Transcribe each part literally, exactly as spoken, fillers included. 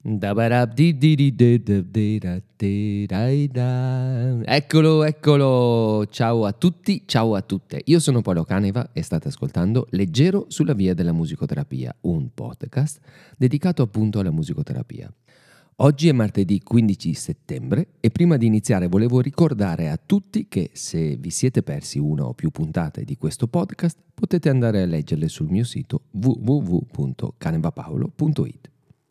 Eccolo, eccolo! Ciao a tutti, ciao a tutte. Io sono Paolo Caneva e state ascoltando Leggero sulla via della musicoterapia, un podcast dedicato appunto alla musicoterapia. Oggi è martedì quindici settembre e prima di iniziare volevo ricordare a tutti che se vi siete persi una o più puntate di questo podcast potete andare a leggerle sul mio sito w w w punto canevapaolo punto it.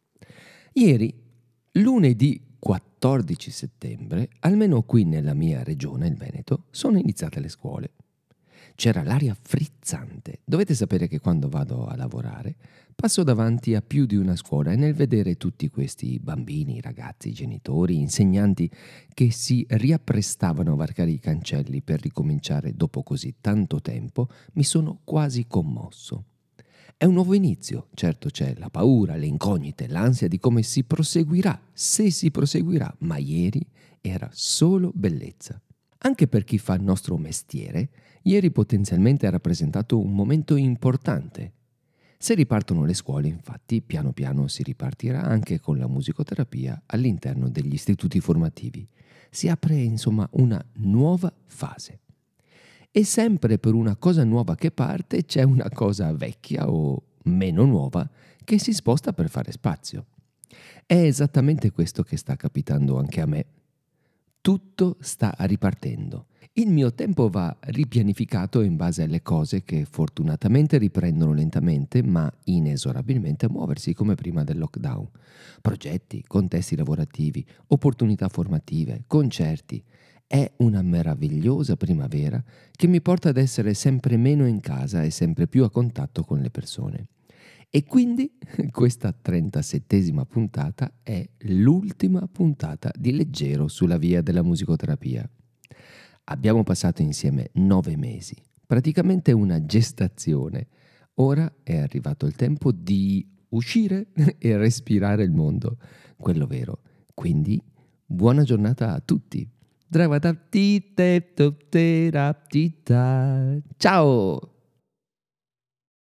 Ieri, lunedì quattordici settembre, almeno qui nella mia regione, il Veneto, sono iniziate le scuole. C'era l'aria frizzante. Dovete sapere che quando vado a lavorare passo davanti a più di una scuola e nel vedere tutti questi bambini, ragazzi, genitori, insegnanti che si riapprestavano a varcare i cancelli per ricominciare dopo così tanto tempo, mi sono quasi commosso. È un nuovo inizio, certo c'è la paura, le incognite, l'ansia di come si proseguirà, se si proseguirà, ma ieri era solo bellezza. Anche per chi fa il nostro mestiere, ieri potenzialmente ha rappresentato un momento importante. Se ripartono le scuole, infatti, piano piano si ripartirà anche con la musicoterapia all'interno degli istituti formativi. Si apre, insomma, una nuova fase. E sempre per una cosa nuova che parte c'è una cosa vecchia o meno nuova che si sposta per fare spazio. È esattamente questo che sta capitando anche a me. Tutto sta ripartendo. Il mio tempo va ripianificato in base alle cose che fortunatamente riprendono lentamente ma inesorabilmente a muoversi come prima del lockdown. Progetti, contesti lavorativi, opportunità formative, concerti. È una meravigliosa primavera che mi porta ad essere sempre meno in casa e sempre più a contatto con le persone. E quindi questa trentasettesima puntata è l'ultima puntata di Leggero sulla via della musicoterapia. Abbiamo passato insieme nove mesi, praticamente una gestazione. Ora è arrivato il tempo di uscire e respirare il mondo, quello vero. Quindi buona giornata a tutti. Ciao!